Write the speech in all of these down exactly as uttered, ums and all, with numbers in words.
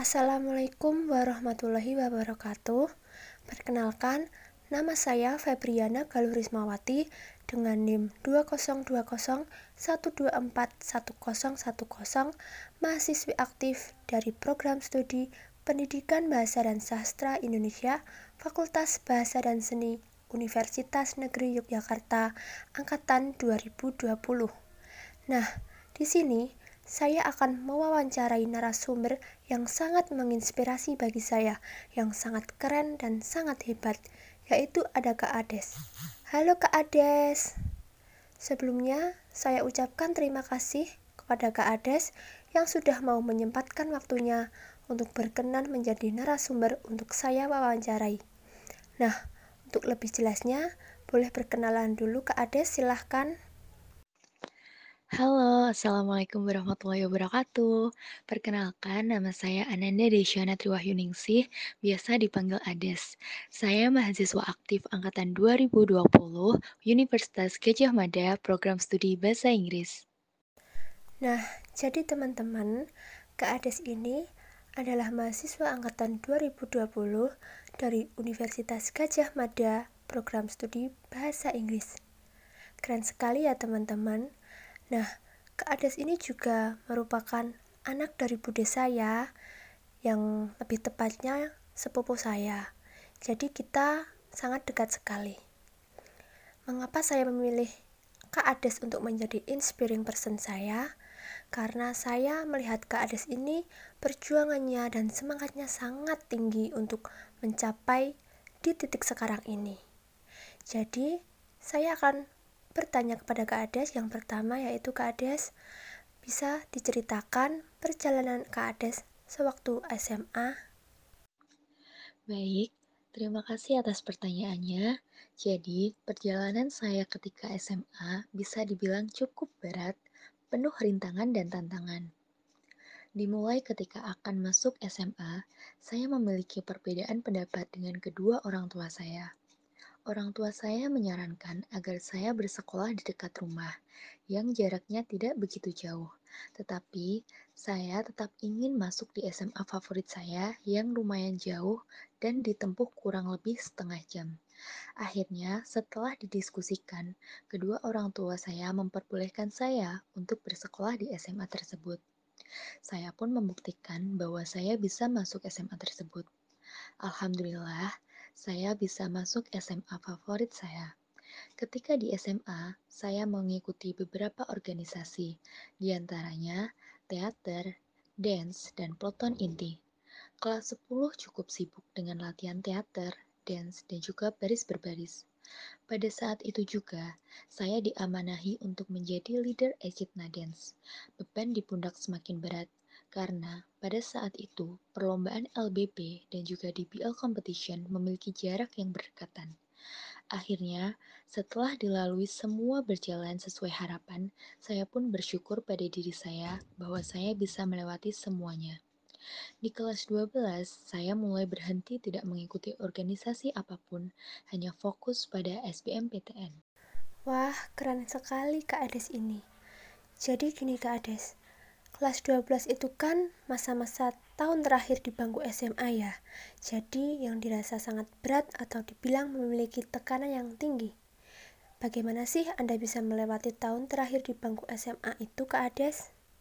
Assalamualaikum warahmatullahi wabarakatuh. Perkenalkan, nama saya Febriana Galurismawati dengan NIM dua nol dua nol satu dua empat satu nol satu nol, mahasiswi aktif dari Program Studi Pendidikan Bahasa dan Sastra Indonesia, Fakultas Bahasa dan Seni, Universitas Negeri Yogyakarta, angkatan dua ribu dua puluh. Nah, di sini saya akan mewawancarai narasumber yang sangat menginspirasi bagi saya, yang sangat keren dan sangat hebat, yaitu ada Kak Ades. Halo Kak Ades. Sebelumnya, saya ucapkan terima kasih kepada Kak Ades yang sudah mau menyempatkan waktunya untuk berkenan menjadi narasumber untuk saya wawancarai. Nah, untuk lebih jelasnya, boleh perkenalan dulu Kak Ades, silahkan. Halo, Assalamualaikum warahmatullahi wabarakatuh. Perkenalkan, nama saya Ananda Desyana Triwahyuningsih, biasa dipanggil Ades. Saya mahasiswa aktif Angkatan dua ribu dua puluh, Universitas Gadjah Mada, Program Studi Bahasa Inggris. Nah, jadi teman-teman, Kak Ades ini adalah mahasiswa angkatan dua ribu dua puluh dari Universitas Gadjah Mada, Program Studi Bahasa Inggris. Keren sekali ya teman-teman. Nah, Kak Ades ini juga merupakan anak dari bude saya, yang lebih tepatnya sepupu saya. Jadi kita sangat dekat sekali. Mengapa saya memilih Kak Ades untuk menjadi inspiring person saya? Karena saya melihat Kak Ades ini perjuangannya dan semangatnya sangat tinggi untuk mencapai di titik sekarang ini. Jadi, saya akan bertanya kepada Kak Ades yang pertama, yaitu Kak Ades, bisa diceritakan perjalanan Kak Ades sewaktu S M A? Baik, terima kasih atas pertanyaannya. Jadi, perjalanan saya ketika S M A bisa dibilang cukup berat, penuh rintangan dan tantangan. Dimulai ketika akan masuk S M A, saya memiliki perbedaan pendapat dengan kedua orang tua saya. Orang tua saya menyarankan agar saya bersekolah di dekat rumah, yang jaraknya tidak begitu jauh. Tetapi, saya tetap ingin masuk di S M A favorit saya yang lumayan jauh dan ditempuh kurang lebih setengah jam. Akhirnya, setelah didiskusikan, kedua orang tua saya memperbolehkan saya untuk bersekolah di S M A tersebut. Saya pun membuktikan bahwa saya bisa masuk S M A tersebut. Alhamdulillah, saya bisa masuk S M A favorit saya. Ketika di S M A, saya mengikuti beberapa organisasi, di antaranya teater, dance, dan peloton inti. Kelas sepuluh cukup sibuk dengan latihan teater, dance, dan juga baris berbaris. Pada saat itu juga, saya diamanahi untuk menjadi leader Echidna Dance. Beban di pundak semakin berat, karena pada saat itu perlombaan L B P dan juga D B L Competition memiliki jarak yang berdekatan. Akhirnya, setelah dilalui semua berjalan sesuai harapan, saya pun bersyukur pada diri saya bahwa saya bisa melewati semuanya. Di kelas dua belas, saya mulai berhenti tidak mengikuti organisasi apapun, hanya fokus pada S B M P T N. Wah, keren sekali Kak Ades ini. Jadi gini Kak Ades, kelas dua belas itu kan masa-masa tahun terakhir di bangku S M A ya. Jadi yang dirasa sangat berat atau dibilang memiliki tekanan yang tinggi. Bagaimana sih Anda bisa melewati tahun terakhir di bangku S M A itu Kak Ades?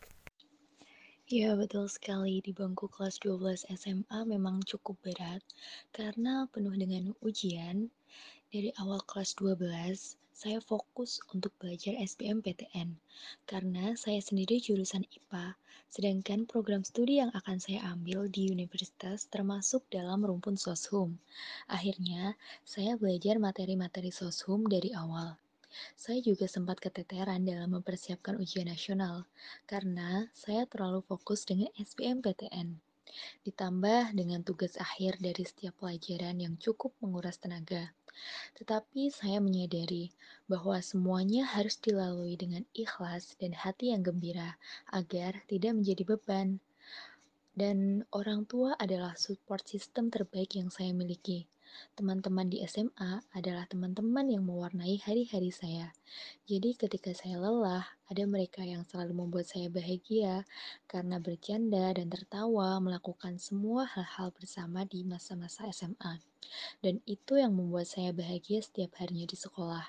Ya, betul sekali. Di bangku kelas dua belas S M A memang cukup berat karena penuh dengan ujian. Dari awal kelas dua belas, saya fokus untuk belajar S B M P T N karena saya sendiri jurusan I P A, sedangkan program studi yang akan saya ambil di universitas termasuk dalam rumpun Soshum. Akhirnya, saya belajar materi-materi Soshum dari awal. Saya juga sempat keteteran dalam mempersiapkan ujian nasional karena saya terlalu fokus dengan S B M P T N. Ditambah dengan tugas akhir dari setiap pelajaran yang cukup menguras tenaga. Tetapi saya menyadari bahwa semuanya harus dilalui dengan ikhlas dan hati yang gembira agar tidak menjadi beban. Dan orang tua adalah support system terbaik yang saya miliki. Teman-teman di S M A adalah teman-teman yang mewarnai hari-hari saya. Jadi ketika saya lelah, ada mereka yang selalu membuat saya bahagia karena bercanda dan tertawa melakukan semua hal-hal bersama di masa-masa S M A. Dan itu yang membuat saya bahagia setiap harinya di sekolah.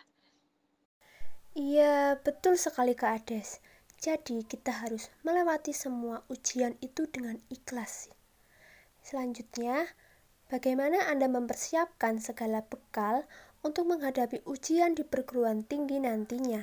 Iya, betul sekali Kak Ades. Jadi kita harus melewati semua ujian itu dengan ikhlas. Selanjutnya, bagaimana Anda mempersiapkan segala bekal untuk menghadapi ujian di perguruan tinggi nantinya?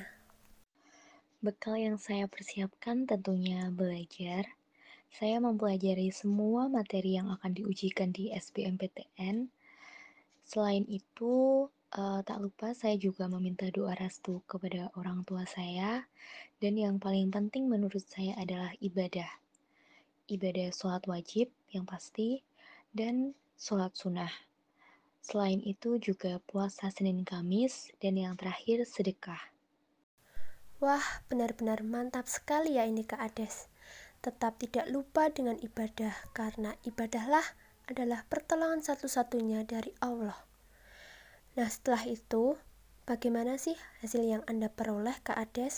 Bekal yang saya persiapkan tentunya belajar. Saya mempelajari semua materi yang akan diujikan di S B M P T N. Selain itu, eh, tak lupa saya juga meminta doa restu kepada orang tua saya. Dan yang paling penting menurut saya adalah ibadah. Ibadah sholat wajib yang pasti dan sholat sunnah. Selain itu juga puasa Senin Kamis dan yang terakhir sedekah. Wah, benar-benar mantap sekali ya ini Kak Ades. Tetap tidak lupa dengan ibadah, karena ibadahlah adalah pertolongan satu-satunya dari Allah. Nah, setelah itu, bagaimana sih hasil yang Anda peroleh, Kak Ades?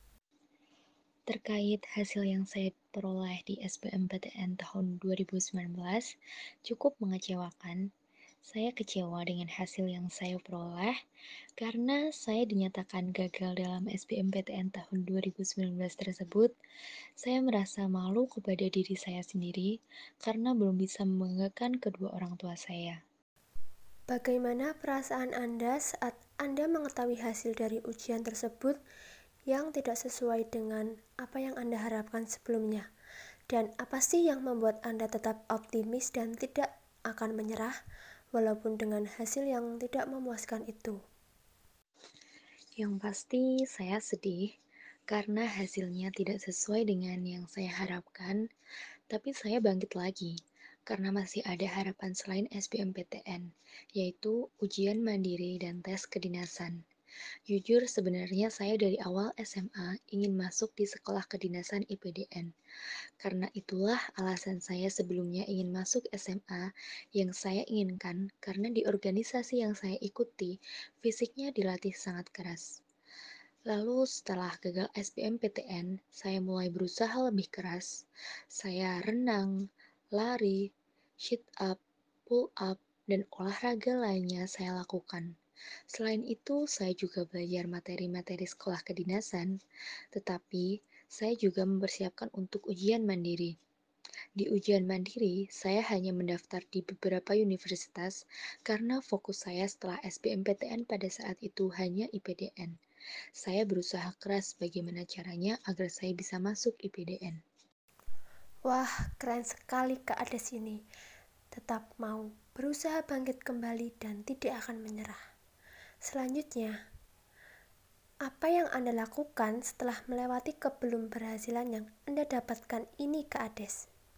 Terkait hasil yang saya peroleh di S B M P T N tahun dua ribu sembilan belas cukup mengecewakan. Saya kecewa dengan hasil yang saya peroleh karena saya dinyatakan gagal dalam S B M P T N tahun dua ribu sembilan belas tersebut. Saya merasa malu kepada diri saya sendiri karena belum bisa membanggakan kedua orang tua saya. Bagaimana perasaan Anda saat Anda mengetahui hasil dari ujian tersebut yang tidak sesuai dengan apa yang Anda harapkan sebelumnya? Dan apa sih yang membuat Anda tetap optimis dan tidak akan menyerah walaupun dengan hasil yang tidak memuaskan itu? Yang pasti saya sedih karena hasilnya tidak sesuai dengan yang saya harapkan, tapi saya bangkit lagi karena masih ada harapan selain S B M P T N, yaitu ujian mandiri dan tes kedinasan. Jujur sebenarnya saya dari awal S M A ingin masuk di sekolah kedinasan I P D N. Karena itulah alasan saya sebelumnya ingin masuk S M A yang saya inginkan karena di organisasi yang saya ikuti, fisiknya dilatih sangat keras. Lalu setelah gagal S B M P T N, saya mulai berusaha lebih keras. Saya renang, lari, sit up, pull up, dan olahraga lainnya saya lakukan. Selain itu, saya juga belajar materi-materi sekolah kedinasan, tetapi saya juga mempersiapkan untuk ujian mandiri. Di ujian mandiri, saya hanya mendaftar di beberapa universitas karena fokus saya setelah S B M P T N pada saat itu hanya I P D N. Saya berusaha keras bagaimana caranya agar saya bisa masuk I P D N. Wah, keren sekali Kak Ades ini. Tetap mau berusaha bangkit kembali dan tidak akan menyerah. Selanjutnya, apa yang Anda lakukan setelah melewati kebelum berhasilan yang Anda dapatkan ini Kak Ades?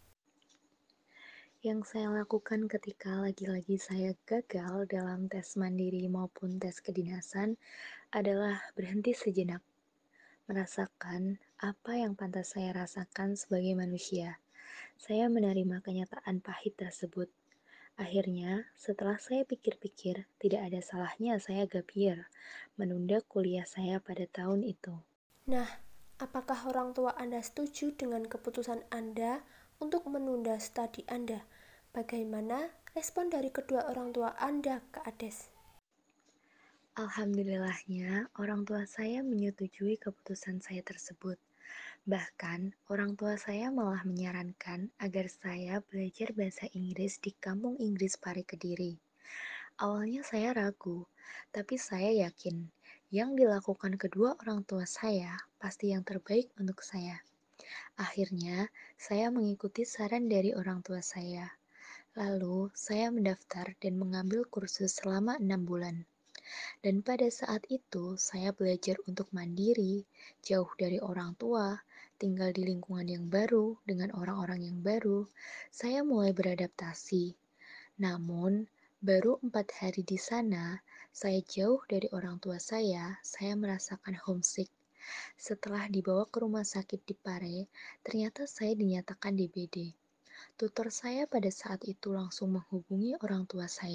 Yang saya lakukan ketika lagi-lagi saya gagal dalam tes mandiri maupun tes kedinasan adalah berhenti sejenak, merasakan apa yang pantas saya rasakan sebagai manusia. Saya menerima kenyataan pahit tersebut. Akhirnya, setelah saya pikir-pikir, tidak ada salahnya saya gap year, menunda kuliah saya pada tahun itu. Nah, apakah orang tua Anda setuju dengan keputusan Anda untuk menunda studi Anda? Bagaimana respon dari kedua orang tua Anda, Kak Ades? Alhamdulillahnya, orang tua saya menyetujui keputusan saya tersebut. Bahkan, orang tua saya malah menyarankan agar saya belajar bahasa Inggris di Kampung Inggris Pari Kediri. Awalnya saya ragu, tapi saya yakin yang dilakukan kedua orang tua saya pasti yang terbaik untuk saya. Akhirnya, saya mengikuti saran dari orang tua saya. Lalu, saya mendaftar dan mengambil kursus selama enam bulan. Dan pada saat itu, saya belajar untuk mandiri, jauh dari orang tua, tinggal di lingkungan yang baru, dengan orang-orang yang baru. Saya mulai beradaptasi. Namun, baru empat hari di sana, saya jauh dari orang tua saya, saya merasakan homesick. Setelah dibawa ke rumah sakit di Pare, ternyata saya dinyatakan D B D. Tutor saya pada saat itu langsung menghubungi orang tua saya.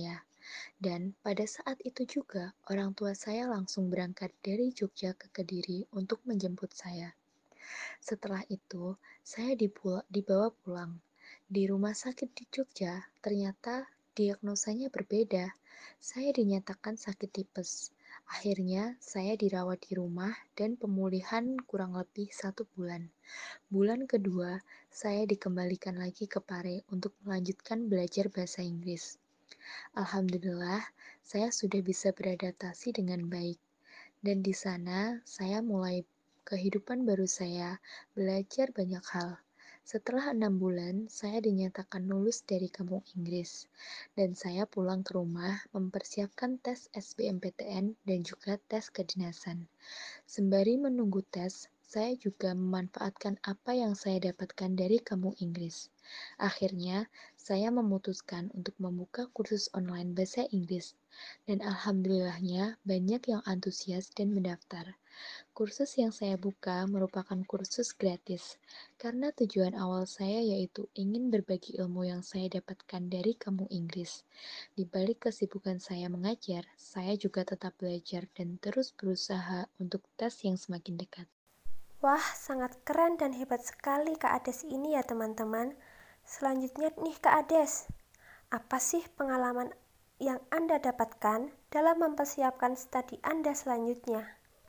Dan pada saat itu juga, orang tua saya langsung berangkat dari Jogja ke Kediri untuk menjemput saya. Setelah itu, saya dipul- dibawa pulang. Di rumah sakit di Jogja, ternyata diagnosanya berbeda. Saya dinyatakan sakit tipes. Akhirnya, saya dirawat di rumah dan pemulihan kurang lebih satu bulan. Bulan kedua, saya dikembalikan lagi ke Pare untuk melanjutkan belajar bahasa Inggris. Alhamdulillah, saya sudah bisa beradaptasi dengan baik. Dan di sana, saya mulai kehidupan baru saya, belajar banyak hal. Setelah enam bulan, saya dinyatakan lulus dari kampung Inggris, dan saya pulang ke rumah mempersiapkan tes S B M P T N dan juga tes kedinasan. Sembari menunggu tes, saya juga memanfaatkan apa yang saya dapatkan dari kampung Inggris. Akhirnya, saya memutuskan untuk membuka kursus online bahasa Inggris, dan alhamdulillahnya banyak yang antusias dan mendaftar. Kursus yang saya buka merupakan kursus gratis, karena tujuan awal saya yaitu ingin berbagi ilmu yang saya dapatkan dari kampung Inggris. Di balik kesibukan saya mengajar, saya juga tetap belajar dan terus berusaha untuk tes yang semakin dekat. Wah, sangat keren dan hebat sekali Kak Ades ini ya teman-teman. Selanjutnya nih Kak Ades, apa sih pengalaman yang Anda dapatkan dalam mempersiapkan studi Anda selanjutnya?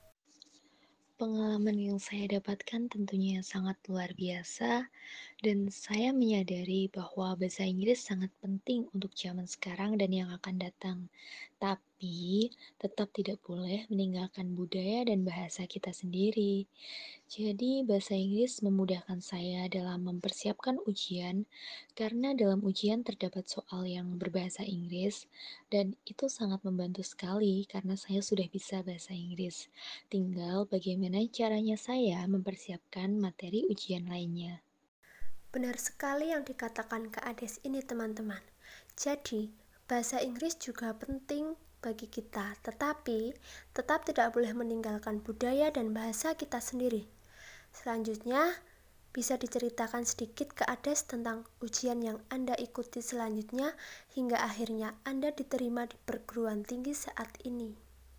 Pengalaman yang saya dapatkan tentunya sangat luar biasa, dan saya menyadari bahwa bahasa Inggris sangat penting untuk zaman sekarang dan yang akan datang. Tapi, tetap tidak boleh meninggalkan budaya dan bahasa kita sendiri. Jadi, bahasa Inggris memudahkan saya dalam mempersiapkan ujian, karena dalam ujian terdapat soal yang berbahasa Inggris, dan itu sangat membantu sekali karena saya sudah bisa bahasa Inggris. Tinggal bagaimana caranya saya mempersiapkan materi ujian lainnya. Benar sekali yang dikatakan Kak Ades ini teman-teman. Jadi, bahasa Inggris juga penting bagi kita, tetapi tetap tidak boleh meninggalkan budaya dan bahasa kita sendiri. Selanjutnya, bisa diceritakan sedikit ke Ades tentang ujian yang Anda ikuti selanjutnya hingga akhirnya Anda diterima di perguruan tinggi saat ini.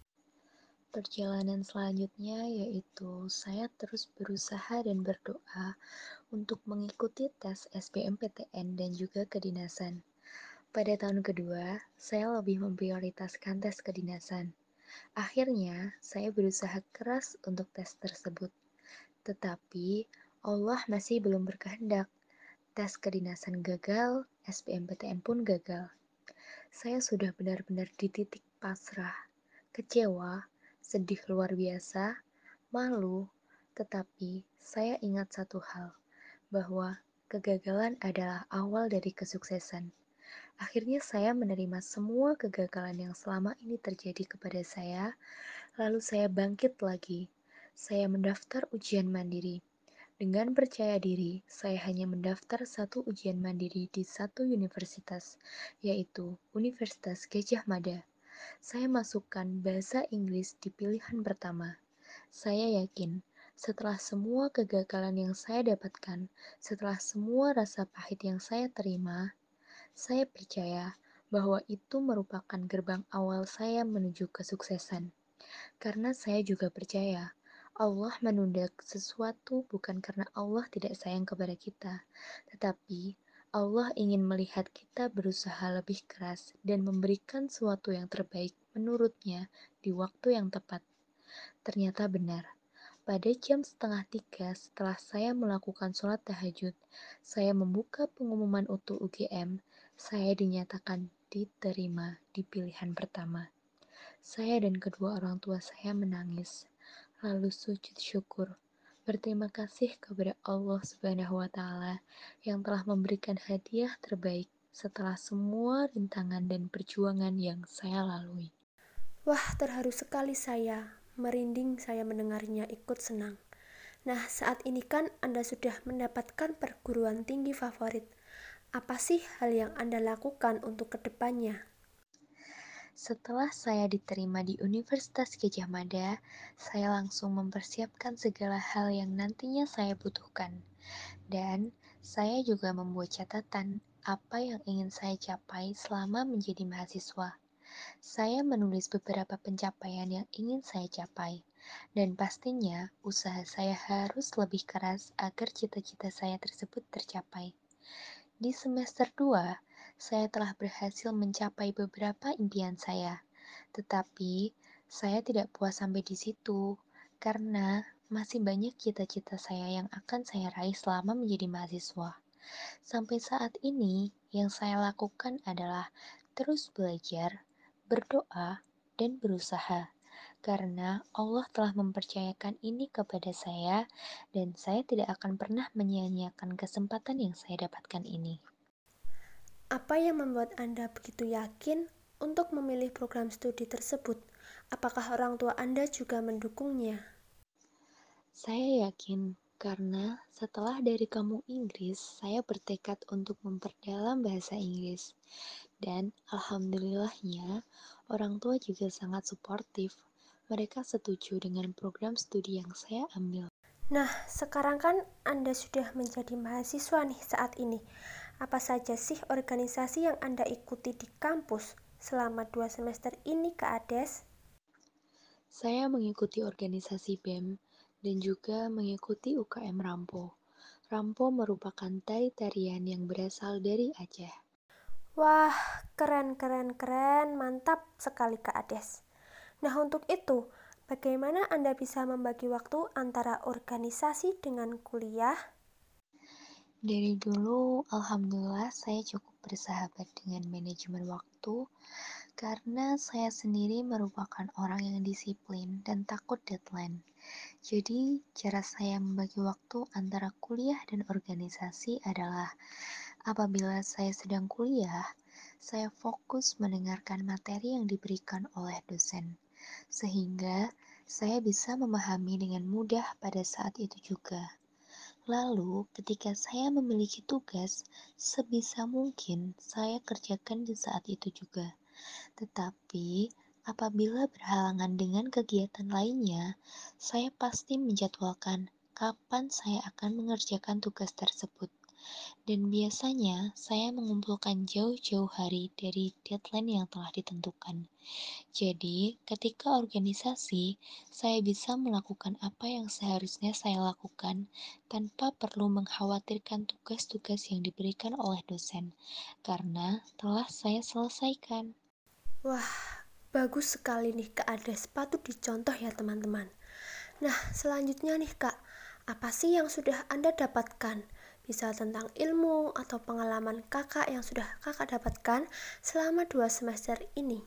Perjalanan selanjutnya yaitu saya terus berusaha dan berdoa untuk mengikuti tes S B M P T N dan juga kedinasan. Pada tahun kedua, saya lebih memprioritaskan tes kedinasan. Akhirnya, saya berusaha keras untuk tes tersebut. Tetapi, Allah masih belum berkehendak. Tes kedinasan gagal, S B M P T N pun gagal. Saya sudah benar-benar di titik pasrah, kecewa, sedih luar biasa, malu, tetapi saya ingat satu hal, bahwa kegagalan adalah awal dari kesuksesan. Akhirnya saya menerima semua kegagalan yang selama ini terjadi kepada saya, lalu saya bangkit lagi. Saya mendaftar ujian mandiri. Dengan percaya diri, saya hanya mendaftar satu ujian mandiri di satu universitas, yaitu Universitas Gajah Mada. Saya masukkan bahasa Inggris di pilihan pertama. Saya yakin, setelah semua kegagalan yang saya dapatkan, setelah semua rasa pahit yang saya terima, saya percaya bahwa itu merupakan gerbang awal saya menuju kesuksesan. Karena saya juga percaya, Allah menunda sesuatu bukan karena Allah tidak sayang kepada kita, tetapi Allah ingin melihat kita berusaha lebih keras dan memberikan sesuatu yang terbaik menurutnya di waktu yang tepat. Ternyata benar. Pada jam setengah tiga setelah saya melakukan sholat tahajud, saya membuka pengumuman U T U U G M, saya dinyatakan diterima di pilihan pertama. Saya dan kedua orang tua saya menangis, lalu sujud syukur, berterima kasih kepada Allah Subhanahu wa Ta'ala yang telah memberikan hadiah terbaik setelah semua rintangan dan perjuangan yang saya lalui. Wah, terharu sekali saya. Merinding saya mendengarnya, ikut senang. Nah, saat ini kan Anda sudah mendapatkan perguruan tinggi favorit. Apa sih hal yang Anda lakukan untuk kedepannya? Setelah saya diterima di Universitas Gajah Mada, saya langsung mempersiapkan segala hal yang nantinya saya butuhkan. Dan saya juga membuat catatan apa yang ingin saya capai selama menjadi mahasiswa. Saya menulis beberapa pencapaian yang ingin saya capai, dan pastinya usaha saya harus lebih keras agar cita-cita saya tersebut tercapai. Di semester dua, saya telah berhasil mencapai beberapa impian saya, tetapi saya tidak puas sampai di situ karena masih banyak cita-cita saya yang akan saya raih selama menjadi mahasiswa. Sampai saat ini, yang saya lakukan adalah terus belajar, berdoa, dan berusaha, karena Allah telah mempercayakan ini kepada saya, dan saya tidak akan pernah menyia-nyiakan kesempatan yang saya dapatkan ini. Apa yang membuat Anda begitu yakin untuk memilih program studi tersebut? Apakah orang tua Anda juga mendukungnya? Saya yakin karena setelah dari kamu Inggris, saya bertekad untuk memperdalam bahasa Inggris. Dan alhamdulillahnya, orang tua juga sangat suportif. Mereka setuju dengan program studi yang saya ambil. Nah, sekarang kan Anda sudah menjadi mahasiswa nih saat ini. Apa saja sih organisasi yang Anda ikuti di kampus selama dua semester ini, Kak Ades? Saya mengikuti organisasi B E M dan juga mengikuti U K M Rampo. Rampo merupakan tari-tarian yang berasal dari Aceh. Wah, keren, keren, keren, mantap sekali Kak Ades. Nah, untuk itu, bagaimana Anda bisa membagi waktu antara organisasi dengan kuliah? Dari dulu, alhamdulillah saya cukup bersahabat dengan manajemen waktu karena saya sendiri merupakan orang yang disiplin dan takut deadline. Jadi, cara saya membagi waktu antara kuliah dan organisasi adalah apabila saya sedang kuliah, saya fokus mendengarkan materi yang diberikan oleh dosen, sehingga saya bisa memahami dengan mudah pada saat itu juga. Lalu, ketika saya memiliki tugas, sebisa mungkin saya kerjakan di saat itu juga. Tetapi, apabila berhalangan dengan kegiatan lainnya, saya pasti menjadwalkan kapan saya akan mengerjakan tugas tersebut. Dan biasanya, saya mengumpulkan jauh-jauh hari dari deadline yang telah ditentukan. Jadi, ketika organisasi, saya bisa melakukan apa yang seharusnya saya lakukan tanpa perlu mengkhawatirkan tugas-tugas yang diberikan oleh dosen, karena telah saya selesaikan. Wah, bagus sekali nih Kak Ades, patut dicontoh ya teman-teman. Nah, selanjutnya nih Kak, apa sih yang sudah Anda dapatkan? Bisa tentang ilmu atau pengalaman kakak yang sudah kakak dapatkan selama dua semester ini.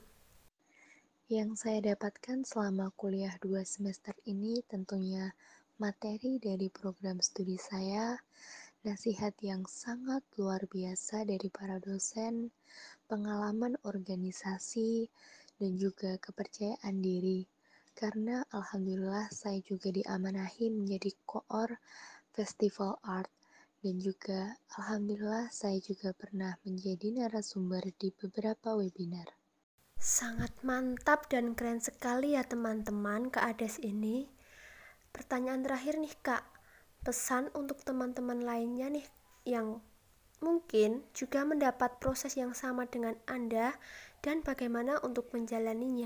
Yang saya dapatkan selama kuliah dua semester ini tentunya materi dari program studi saya, nasihat yang sangat luar biasa dari para dosen, pengalaman organisasi, dan juga kepercayaan diri. Karena alhamdulillah saya juga diamanahi menjadi koor Festival Art dan juga alhamdulillah saya juga pernah menjadi narasumber di beberapa webinar. Sangat mantap dan keren sekali ya teman-teman Kak Ades ini. Pertanyaan terakhir nih Kak, pesan untuk teman-teman lainnya nih yang mungkin juga mendapat proses yang sama dengan Anda dan bagaimana untuk menjalaninya.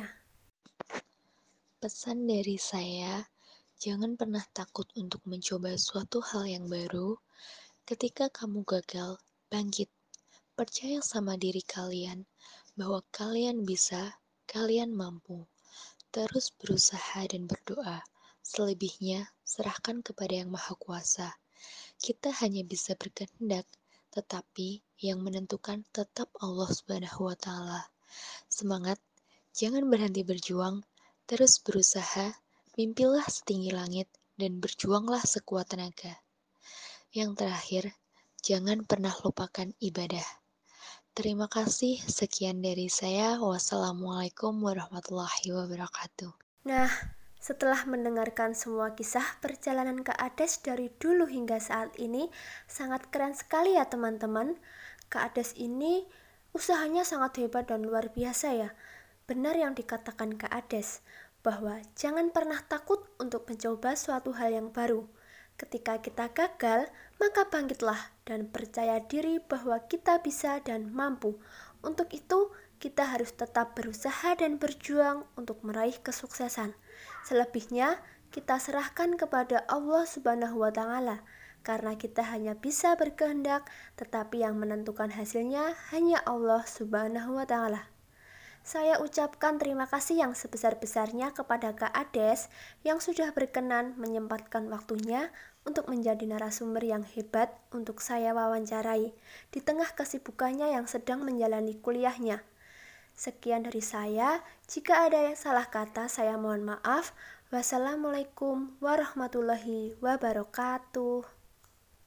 Pesan dari saya, jangan pernah takut untuk mencoba suatu hal yang baru. Ketika kamu gagal, bangkit. Percaya sama diri kalian bahwa kalian bisa, kalian mampu. Terus berusaha dan berdoa. Selebihnya, serahkan kepada Yang Maha Kuasa. Kita hanya bisa berkehendak, tetapi yang menentukan tetap Allah Subhanahu wa Ta'ala. Semangat, jangan berhenti berjuang, terus berusaha, mimpilah setinggi langit, dan berjuanglah sekuat tenaga. Yang terakhir, jangan pernah lupakan ibadah. Terima kasih, sekian dari saya. Wassalamualaikum warahmatullahi wabarakatuh. Nah, setelah mendengarkan semua kisah perjalanan Kak Ades dari dulu hingga saat ini, sangat keren sekali ya teman-teman. Kak Ades ini usahanya sangat hebat dan luar biasa ya. Benar yang dikatakan Kak Ades, bahwa jangan pernah takut untuk mencoba suatu hal yang baru. Ketika kita gagal, maka bangkitlah dan percaya diri bahwa kita bisa dan mampu. Untuk itu, kita harus tetap berusaha dan berjuang untuk meraih kesuksesan. Selebihnya, kita serahkan kepada Allah Subhanahu wa Ta'ala, karena kita hanya bisa berkehendak, tetapi yang menentukan hasilnya hanya Allah Subhanahu wa Ta'ala. Saya ucapkan terima kasih yang sebesar-besarnya kepada Kak Ades yang sudah berkenan menyempatkan waktunya untuk menjadi narasumber yang hebat untuk saya wawancarai di tengah kesibukannya yang sedang menjalani kuliahnya. Sekian dari saya, jika ada yang salah kata saya mohon maaf. Wassalamualaikum warahmatullahi wabarakatuh.